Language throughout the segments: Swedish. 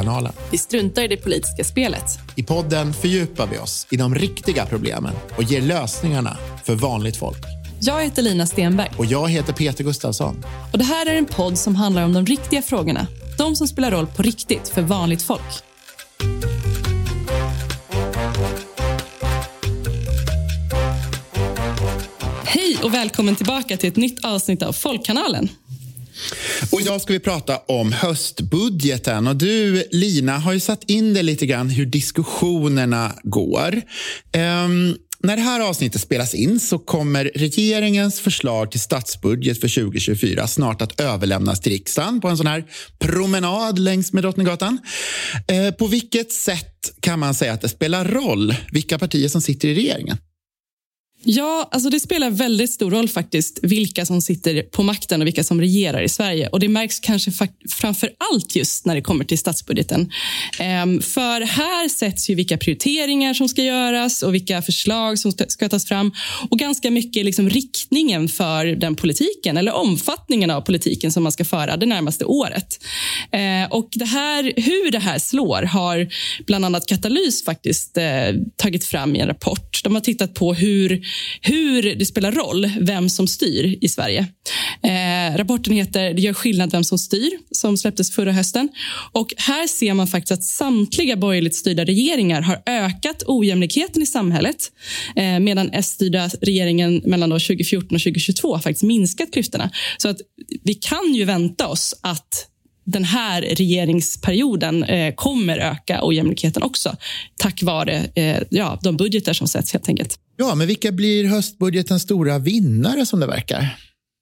Folkkanalen. Vi struntar i det politiska spelet. I podden fördjupar vi oss i de riktiga problemen och ger lösningarna för vanligt folk. Jag heter Lina Stenberg. Och jag heter Peter Gustafsson. Och det här är en podd som handlar om de riktiga frågorna. De som spelar roll på riktigt för vanligt folk. Hej och välkommen tillbaka till ett nytt avsnitt av Folkkanalen. Och idag ska vi prata om höstbudgeten. Och du, Lina, har ju satt in det lite grann hur diskussionerna går. När det här avsnittet spelas in så kommer regeringens förslag till statsbudget för 2024 snart att överlämnas till riksdagen på en sån här promenad längs med Drottninggatan. På vilket sätt kan man säga att det spelar roll vilka partier som sitter i regeringen? Ja, alltså det spelar väldigt stor roll faktiskt vilka som sitter på makten och vilka som regerar i Sverige. Och det märks kanske framför allt just när det kommer till statsbudgeten. För här sätts ju vilka prioriteringar som ska göras och vilka förslag som ska tas fram. Och ganska mycket liksom riktningen för den politiken eller omfattningen av politiken som man ska föra det närmaste året. Och det här, hur det här slår har bland annat Katalys faktiskt tagit fram i en rapport. De har tittat på hur det spelar roll vem som styr i Sverige. Rapporten heter Det gör skillnad vem som styr, som släpptes förra hösten. Och här ser man faktiskt att samtliga borgerligt styrda regeringar har ökat ojämlikheten i samhället. Medan S-styrda regeringen mellan 2014 och 2022 har faktiskt minskat klyftorna. Så att vi kan ju vänta oss att den här regeringsperioden kommer öka ojämlikheten också. Tack vare de budgetar som sätts helt enkelt. Ja, men vilka blir höstbudgetens stora vinnare som det verkar?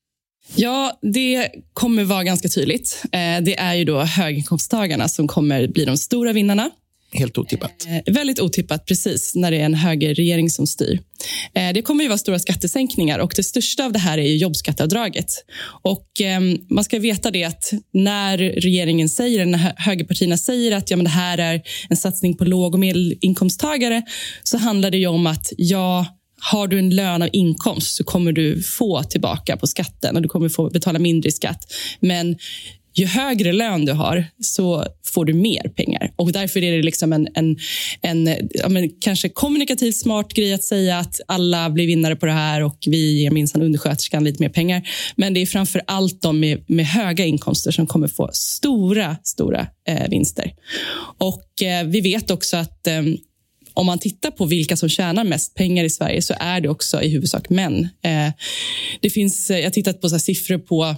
Ja, det kommer vara ganska tydligt. Det är ju då höginkomsttagarna som kommer bli de stora vinnarna. Helt otippat. Väldigt otippat, precis, när det är en högerregering som styr. Det kommer ju vara stora skattesänkningar och det största av det här är ju jobbskatteavdraget. Och man ska veta det att när regeringen säger, när högerpartierna säger att men det här är en satsning på låg- och medelinkomsttagare, så handlar det ju om att har du en lön av inkomst så kommer du få tillbaka på skatten och du kommer få betala mindre i skatt. Men ju högre lön du har så får du mer pengar. Och därför är det liksom en kanske kommunikativt smart grej att säga att alla blir vinnare på det här och vi ger minsann undersköterskan lite mer pengar. Men det är framför allt de med höga inkomster som kommer få stora vinster. Och vi vet också att om man tittar på vilka som tjänar mest pengar i Sverige så är det också i huvudsak män. Det finns, jag har tittat på så här siffror på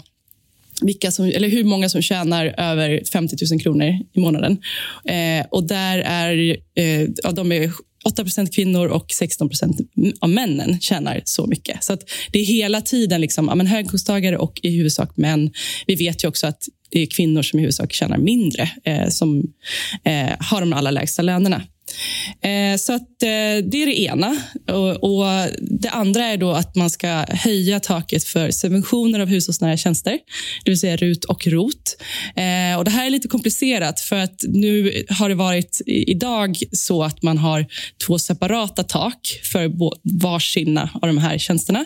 hur många som tjänar över 50 000 kronor i månaden. Och där är de är 8% kvinnor och 16% av männen tjänar så mycket. Så att det är hela tiden liksom, höginkomsttagare och i huvudsak män. Vi vet ju också att det är kvinnor som i huvudsak tjänar mindre som har de allra lägsta lönerna. Så att det är det ena. Och det andra är då att man ska höja taket för subventioner av hushållsnära tjänster, det vill säga RUT och ROT. Och det här är lite komplicerat för att nu har det varit idag så att man har 2 separata tak för varsina av de här tjänsterna.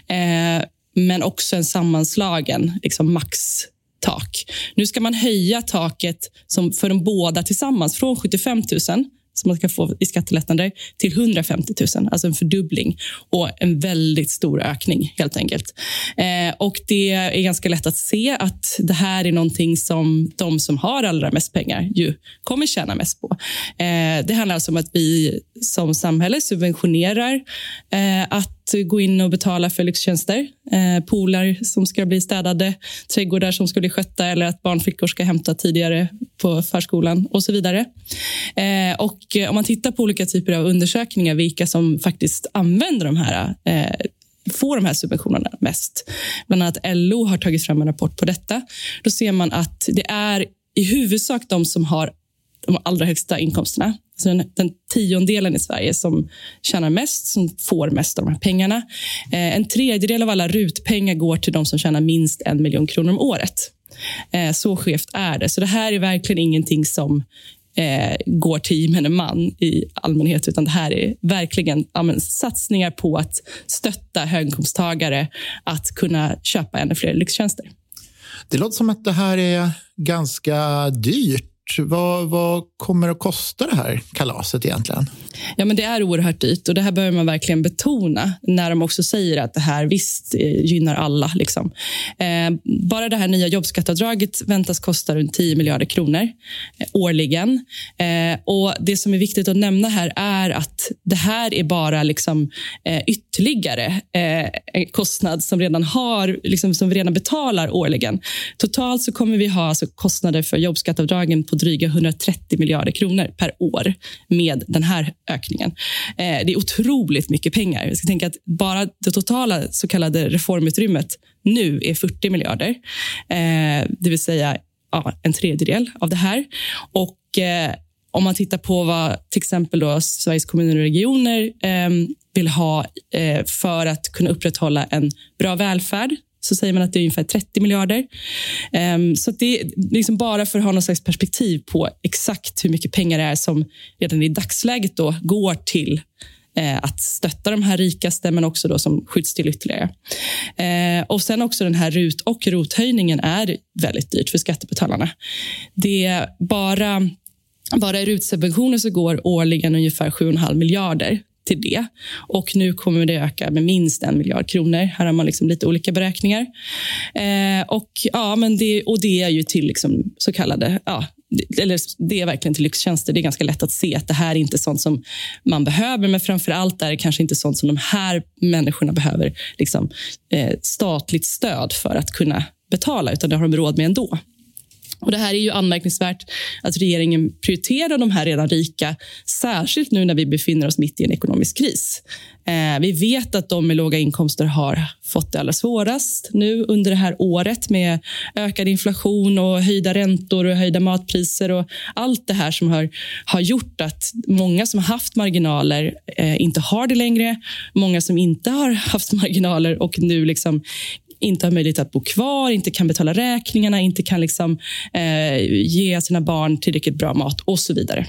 Men också en sammanslagen liksom maxtak. Nu ska man höja taket som för de båda tillsammans från 75 000 som man ska få i skattelättnader till 150 000, alltså en fördubbling och en väldigt stor ökning helt enkelt. Och det är ganska lätt att se att det här är någonting som de som har allra mest pengar ju kommer tjäna mest på. Det handlar alltså om att vi som samhälle subventionerar att gå in och betala för lyxtjänster, pooler som ska bli städade, trädgårdar som ska bli skötta eller att barnflickor ska hämta tidigare på förskolan och så vidare. Och om man tittar på olika typer av undersökningar, vilka som faktiskt använder de här får de här subventionerna mest. Bland annat LO har tagit fram en rapport på detta. Då ser man att det är i huvudsak de som har de allra högsta inkomsterna. Alltså den 10:e i Sverige som tjänar mest, som får mest av de här pengarna. En 1/3 av alla RUT-pengar går till de som tjänar minst 1 miljon kronor om året. Så skevt är det. Så det här är verkligen ingenting som går till gemene man i allmänhet, utan det här är verkligen satsningar på att stötta höginkomsttagare att kunna köpa ännu fler lyxtjänster. Det låter som att det här är ganska dyrt Vad kommer att kosta det här kalaset egentligen? Ja, men det är oerhört dyrt och det här behöver man verkligen betona när de också säger att det här visst gynnar alla. Liksom. Bara det här nya jobbskatteavdraget väntas kosta runt 10 miljarder kronor årligen. Och det som är viktigt att nämna här är att det här är bara liksom, ytterligare kostnad som redan har, liksom, som vi redan betalar årligen. Totalt så kommer vi ha alltså kostnader för jobbskatteavdragen på dryga 130 miljarder kronor per år med den här ökningen. Det är otroligt mycket pengar. Jag ska tänka att bara det totala så kallade reformutrymmet nu är 40 miljarder. Det vill säga en tredjedel av det här. Och om man tittar på vad till exempel då Sveriges kommuner och regioner vill ha för att kunna upprätthålla en bra välfärd, så säger man att det är ungefär 30 miljarder. Så att det är liksom bara för att ha någon slags perspektiv på exakt hur mycket pengar det är som redan i dagsläget då går till att stötta de här rikaste, men också då som skjuts till ytterligare. Och sen också den här RUT- och ROT-höjningen är väldigt dyrt för skattebetalarna. Det är bara i RUT-subventioner så går årligen ungefär 7,5 miljarder till det. Och nu kommer det öka med minst 1 miljard kronor. Här har man liksom lite olika beräkningar. Det är ju till liksom så kallade, eller det är verkligen till lyxtjänster. Det är ganska lätt att se att det här är inte sånt som man behöver, men framförallt är det kanske inte sånt som de här människorna behöver liksom, statligt stöd för att kunna betala, utan det har de råd med ändå. Och det här är ju anmärkningsvärt att regeringen prioriterar de här redan rika, särskilt nu när vi befinner oss mitt i en ekonomisk kris. Vi vet att de med låga inkomster har fått det allra svårast nu under det här året med ökad inflation och höjda räntor och höjda matpriser och allt det här som har gjort att många som har haft marginaler inte har det längre. Många som inte har haft marginaler och nu liksom inte har möjlighet att bo kvar, inte kan betala räkningarna, inte kan liksom, ge sina barn tillräckligt bra mat och så vidare.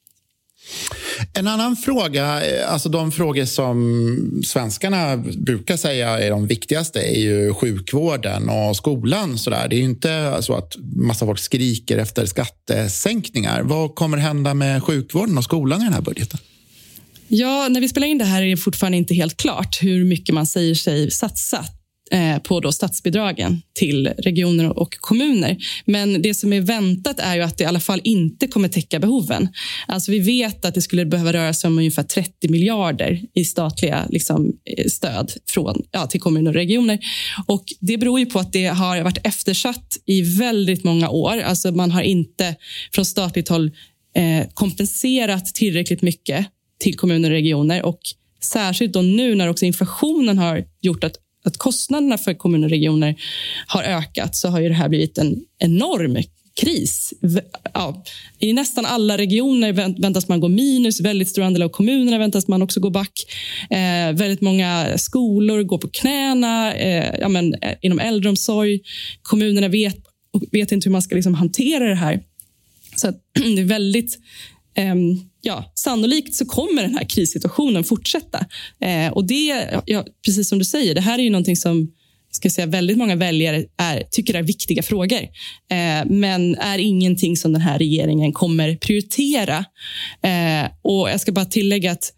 En annan fråga, alltså de frågor som svenskarna brukar säga är de viktigaste, är ju sjukvården och skolan. Sådär. Det är ju inte så att massa folk skriker efter skattesänkningar. Vad kommer hända med sjukvården och skolan i den här budgeten? Ja, när vi spelar in det här är det fortfarande inte helt klart hur mycket man säger sig satsa på då statsbidragen till regioner och kommuner. Men det som är väntat är ju att det i alla fall inte kommer täcka behoven. Alltså vi vet att det skulle behöva röra sig om ungefär 30 miljarder i statliga liksom, stöd till kommuner och regioner. Och det beror ju på att det har varit eftersatt i väldigt många år. Alltså man har inte från statligt håll kompenserat tillräckligt mycket till kommuner och regioner. Och särskilt då nu när också inflationen har gjort att kostnaderna för kommuner och regioner har ökat, så har ju det här blivit en enorm kris. Ja, i nästan alla regioner väntas man gå minus. Väldigt stor andel av kommunerna väntas man också gå back. Väldigt många skolor går på knäna. Inom äldreomsorg. Kommunerna vet inte hur man ska liksom hantera det här. Så att det är väldigt... sannolikt så kommer den här krissituationen fortsätta. Och det, precis som du säger, det här är ju någonting som väldigt många väljare tycker är viktiga frågor. Men är ingenting som den här regeringen kommer prioritera. Och jag ska bara tillägga att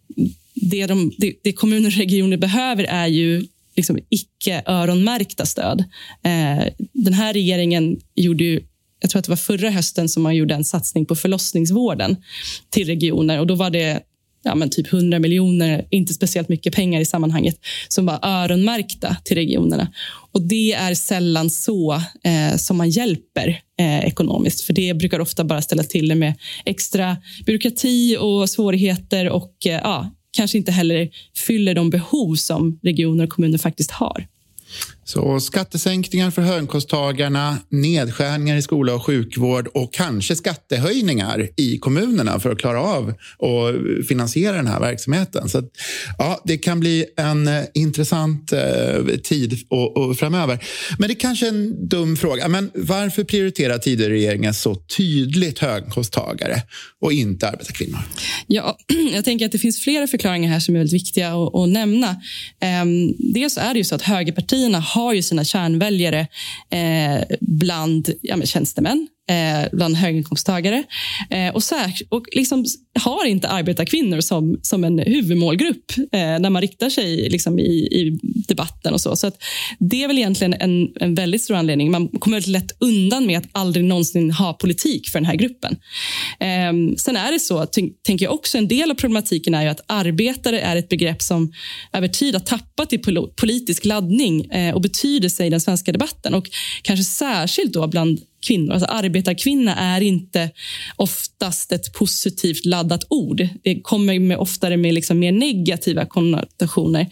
det kommuner och regioner behöver är ju liksom icke öronmärkta stöd. Den här regeringen gjorde ju, jag tror att det var förra hösten som man gjorde en satsning på förlossningsvården till regioner. Och då var det typ 100 miljoner, inte speciellt mycket pengar i sammanhanget, som var öronmärkta till regionerna. Och det är sällan så som man hjälper ekonomiskt. För det brukar ofta bara ställa till det med extra byråkrati och svårigheter och kanske inte heller fyller de behov som regioner och kommuner faktiskt har. Så skattesänkningar för höginkomsttagarna, nedskärningar i skola och sjukvård och kanske skattehöjningar i kommunerna för att klara av och finansiera den här verksamheten. Så att, det kan bli en intressant tid och framöver. Men det är kanske en dum fråga. Men varför prioriterar tidigare regeringen så tydligt höginkomsttagare och inte arbetarkvinnor? Ja, jag tänker att det finns flera förklaringar här som är väldigt viktiga att nämna. Dels är det ju så att högerpartierna har ju sina kärnväljare bland tjänstemän, bland höginkomsttagare. Och liksom har inte arbetarkvinnor som en huvudmålgrupp när man riktar sig liksom i debatten och så. Så att det är väl egentligen en väldigt stor anledning. Man kommer väldigt lätt undan med att aldrig någonsin ha politik för den här gruppen. Sen är det så, tänker jag också, en del av problematiken är ju att arbetare är ett begrepp som över tid har tappat i politisk laddning och betydelse i den svenska debatten. Och kanske särskilt då bland kvinnor. Alltså arbetarkvinna är inte oftast ett positivt laddat ord. Det kommer oftare med liksom mer negativa konnotationer.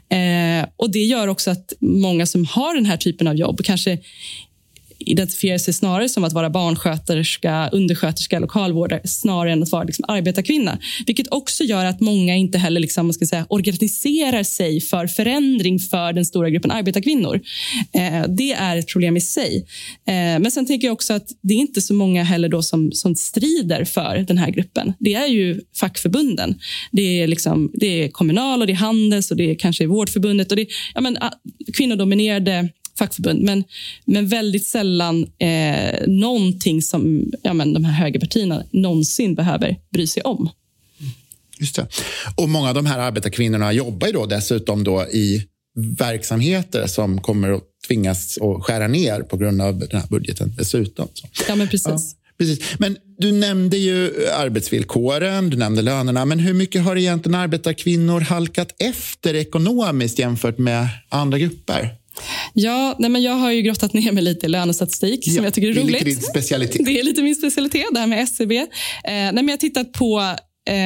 Och det gör också att många som har den här typen av jobb kanske identifierar sig snarare som att vara barnsköterska, undersköterska, lokalvårdare snarare än att vara liksom arbetarkvinna. Vilket också gör att många inte heller liksom, organiserar sig för förändring för den stora gruppen arbetarkvinnor. Det är ett problem i sig. Men sen tänker jag också att det är inte så många heller då som strider för den här gruppen. Det är ju fackförbunden. Det är Kommunal och det är Handels och det är kanske Vårdförbundet och det är kvinnodominerade fackförbund, men väldigt sällan någonting som de här högerpartierna någonsin behöver bry sig om. Just det. Och många av de här arbetarkvinnorna jobbar ju då dessutom då i verksamheter som kommer att tvingas att skära ner på grund av den här budgeten dessutom. Så. Ja, men precis. Ja, precis. Men du nämnde ju arbetsvillkoren, du nämnde lönerna, men hur mycket har egentligen arbetarkvinnor halkat efter ekonomiskt jämfört med andra grupper? Ja, men jag har ju grottat ner mig lite i lönestatistik som jag tycker är roligt. Det är lite din specialitet. Det är lite min specialitet, det här med SCB. Men jag har tittat på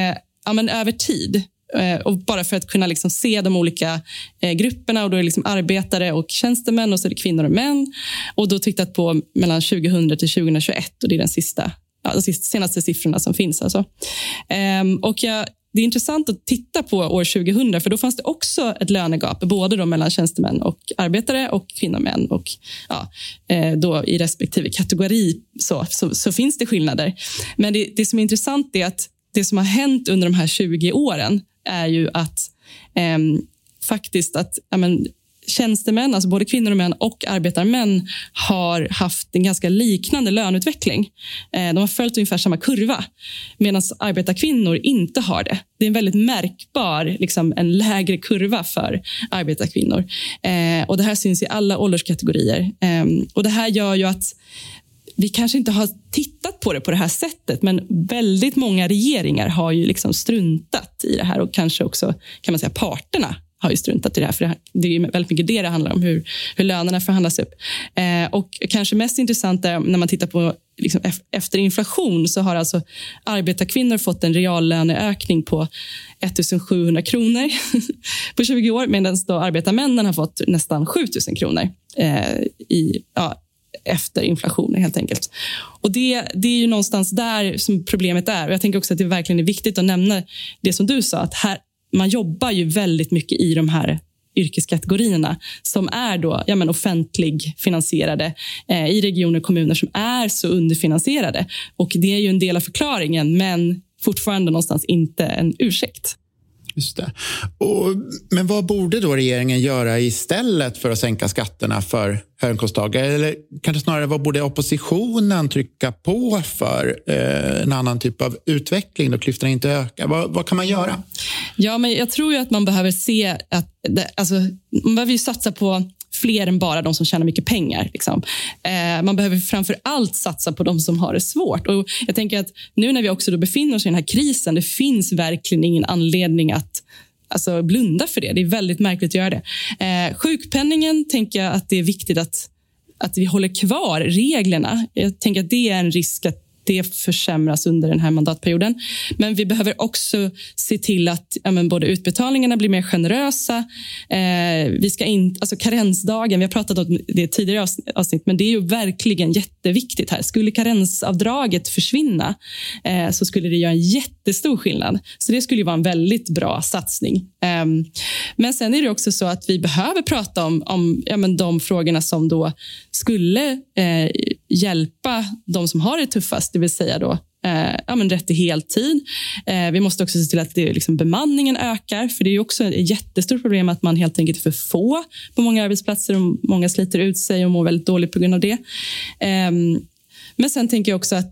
över tid. Och bara för att kunna liksom se de olika grupperna, och då är det liksom arbetare och tjänstemän och så är det kvinnor och män. Och då tittat på mellan 2000 till 2021 och det är de senaste siffrorna som finns. Alltså. Det är intressant att titta på år 2000 för då fanns det också ett lönegap både då mellan tjänstemän och arbetare och kvinnor och män och då i respektive kategori så finns det skillnader. Men det som är intressant är att det som har hänt under de här 20 åren är ju att faktiskt att tjänstemän, alltså både kvinnor och män och arbetarmän har haft en ganska liknande löneutveckling. De har följt ungefär samma kurva medan arbetarkvinnor inte har det. Det är en väldigt märkbar, en lägre kurva för arbetarkvinnor. Och det här syns i alla ålderskategorier. Och det här gör ju att vi kanske inte har tittat på det här sättet, men väldigt många regeringar har ju struntat i det här och kanske också, kan man säga, parterna har ju struntat i det här, för det är ju väldigt mycket det handlar om, hur lönerna förhandlas upp. Och kanske mest intressant är när man tittar på efter inflation så har alltså arbetarkvinnor fått en reallöneökning på 1700 kronor på 20 år, medan då arbetarmännen har fått nästan 7000 kronor efter inflationen helt enkelt. Och det är ju någonstans där som problemet är. Och jag tänker också att det verkligen är viktigt att nämna det som du sa, att här man jobbar ju väldigt mycket i de här yrkeskategorierna som är då offentlig finansierade i regioner och kommuner som är så underfinansierade. Och det är ju en del av förklaringen, men fortfarande någonstans inte en ursäkt. Just det. Men vad borde då regeringen göra istället för att sänka skatterna för höginkomsttagare? Eller kanske snarare, vad borde oppositionen trycka på för en annan typ av utveckling då klyftorna inte ökar? Vad kan man göra? Ja, men jag tror ju att man behöver se att man behöver ju satsa på fler än bara de som tjänar mycket pengar. Man behöver framför allt satsa på de som har det svårt. Och jag tänker att nu när vi också då befinner oss i den här krisen, det finns verkligen ingen anledning att blunda för det. Det är väldigt märkligt att göra det. Sjukpenningen tänker jag att det är viktigt att vi håller kvar reglerna. Jag tänker att det är en risk att det försämras under den här mandatperioden. Men vi behöver också se till att både utbetalningarna blir mer generösa. Vi ska karensdagen, vi har pratat om det tidigare avsnitt, men det är ju verkligen jätteviktigt här. Skulle karensavdraget försvinna så skulle det göra en jättestor skillnad. Så det skulle ju vara en väldigt bra satsning. Men sen är det också så att vi behöver prata om de frågorna som då skulle hjälpa de som har det tuffast, det vill säga då rätt till heltid. Vi måste också se till att bemanningen ökar, för det är ju också ett jättestort problem att man helt enkelt är för få på många arbetsplatser och många sliter ut sig och mår väldigt dåligt på grund av det. Men sen tänker jag också att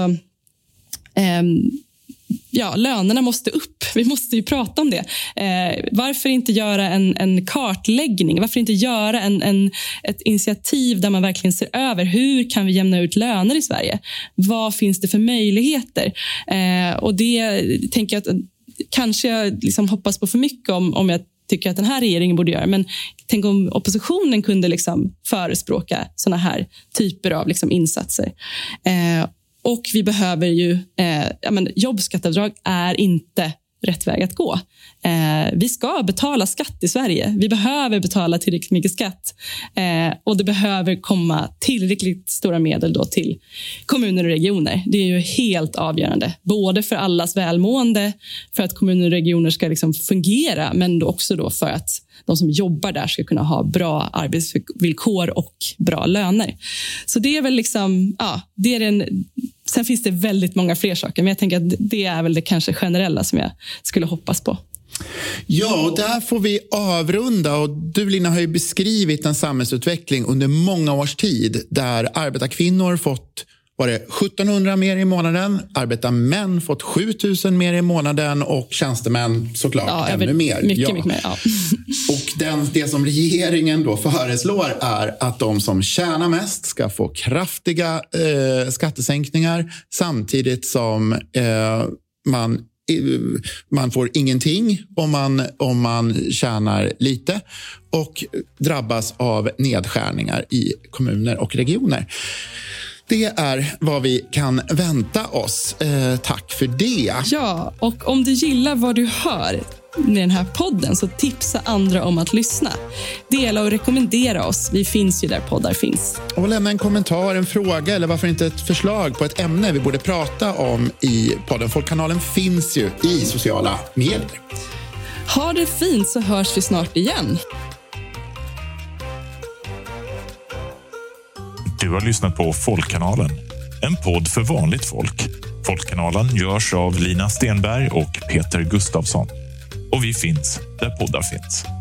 lönerna måste upp. Vi måste ju prata om det. Varför inte göra en kartläggning? Varför inte göra ett initiativ där man verkligen ser över hur kan vi jämna ut löner i Sverige? Vad finns det för möjligheter? Och det tänker jag att kanske jag liksom hoppas på för mycket om jag tycker att den här regeringen borde göra. Men tänk om oppositionen kunde liksom förespråka såna här typer av liksom insatser. Och vi behöver ju, jobbskatteavdrag är inte rätt väg att gå. Vi ska betala skatt i Sverige. Vi behöver betala tillräckligt mycket skatt. Och det behöver komma tillräckligt stora medel då till kommuner och regioner. Det är ju helt avgörande. Både för allas välmående, för att kommuner och regioner ska liksom fungera, men också då för att de som jobbar där ska kunna ha bra arbetsvillkor och bra löner. Så det är väl liksom, det är sen finns det väldigt många fler saker, men jag tänker att det är väl det kanske generella som jag skulle hoppas på. Ja, där får vi avrunda, och du, Lina, har ju beskrivit en samhällsutveckling under många års tid där arbetarkvinnor fått 1700 mer i månaden, arbetarmän fått 7000 mer i månaden och tjänstemän såklart ännu mer. Mycket mer, ja. Och det som regeringen då föreslår är att de som tjänar mest ska få kraftiga skattesänkningar, samtidigt som man får ingenting om man tjänar lite och drabbas av nedskärningar i kommuner och regioner. Det är vad vi kan vänta oss. Tack för det. Ja, och om du gillar vad du hör med den här podden, så tipsa andra om att lyssna. Dela och rekommendera oss. Vi finns ju där poddar finns. Och lämna en kommentar, en fråga eller varför inte ett förslag på ett ämne vi borde prata om i podden. Folkkanalen finns ju i sociala medier. Ha det fint, så hörs vi snart igen. Du har lyssnat på Folkkanalen, en podd för vanligt folk. Folkkanalen görs av Lina Stenberg och Peter Gustafsson. Och vi finns där poddar finns.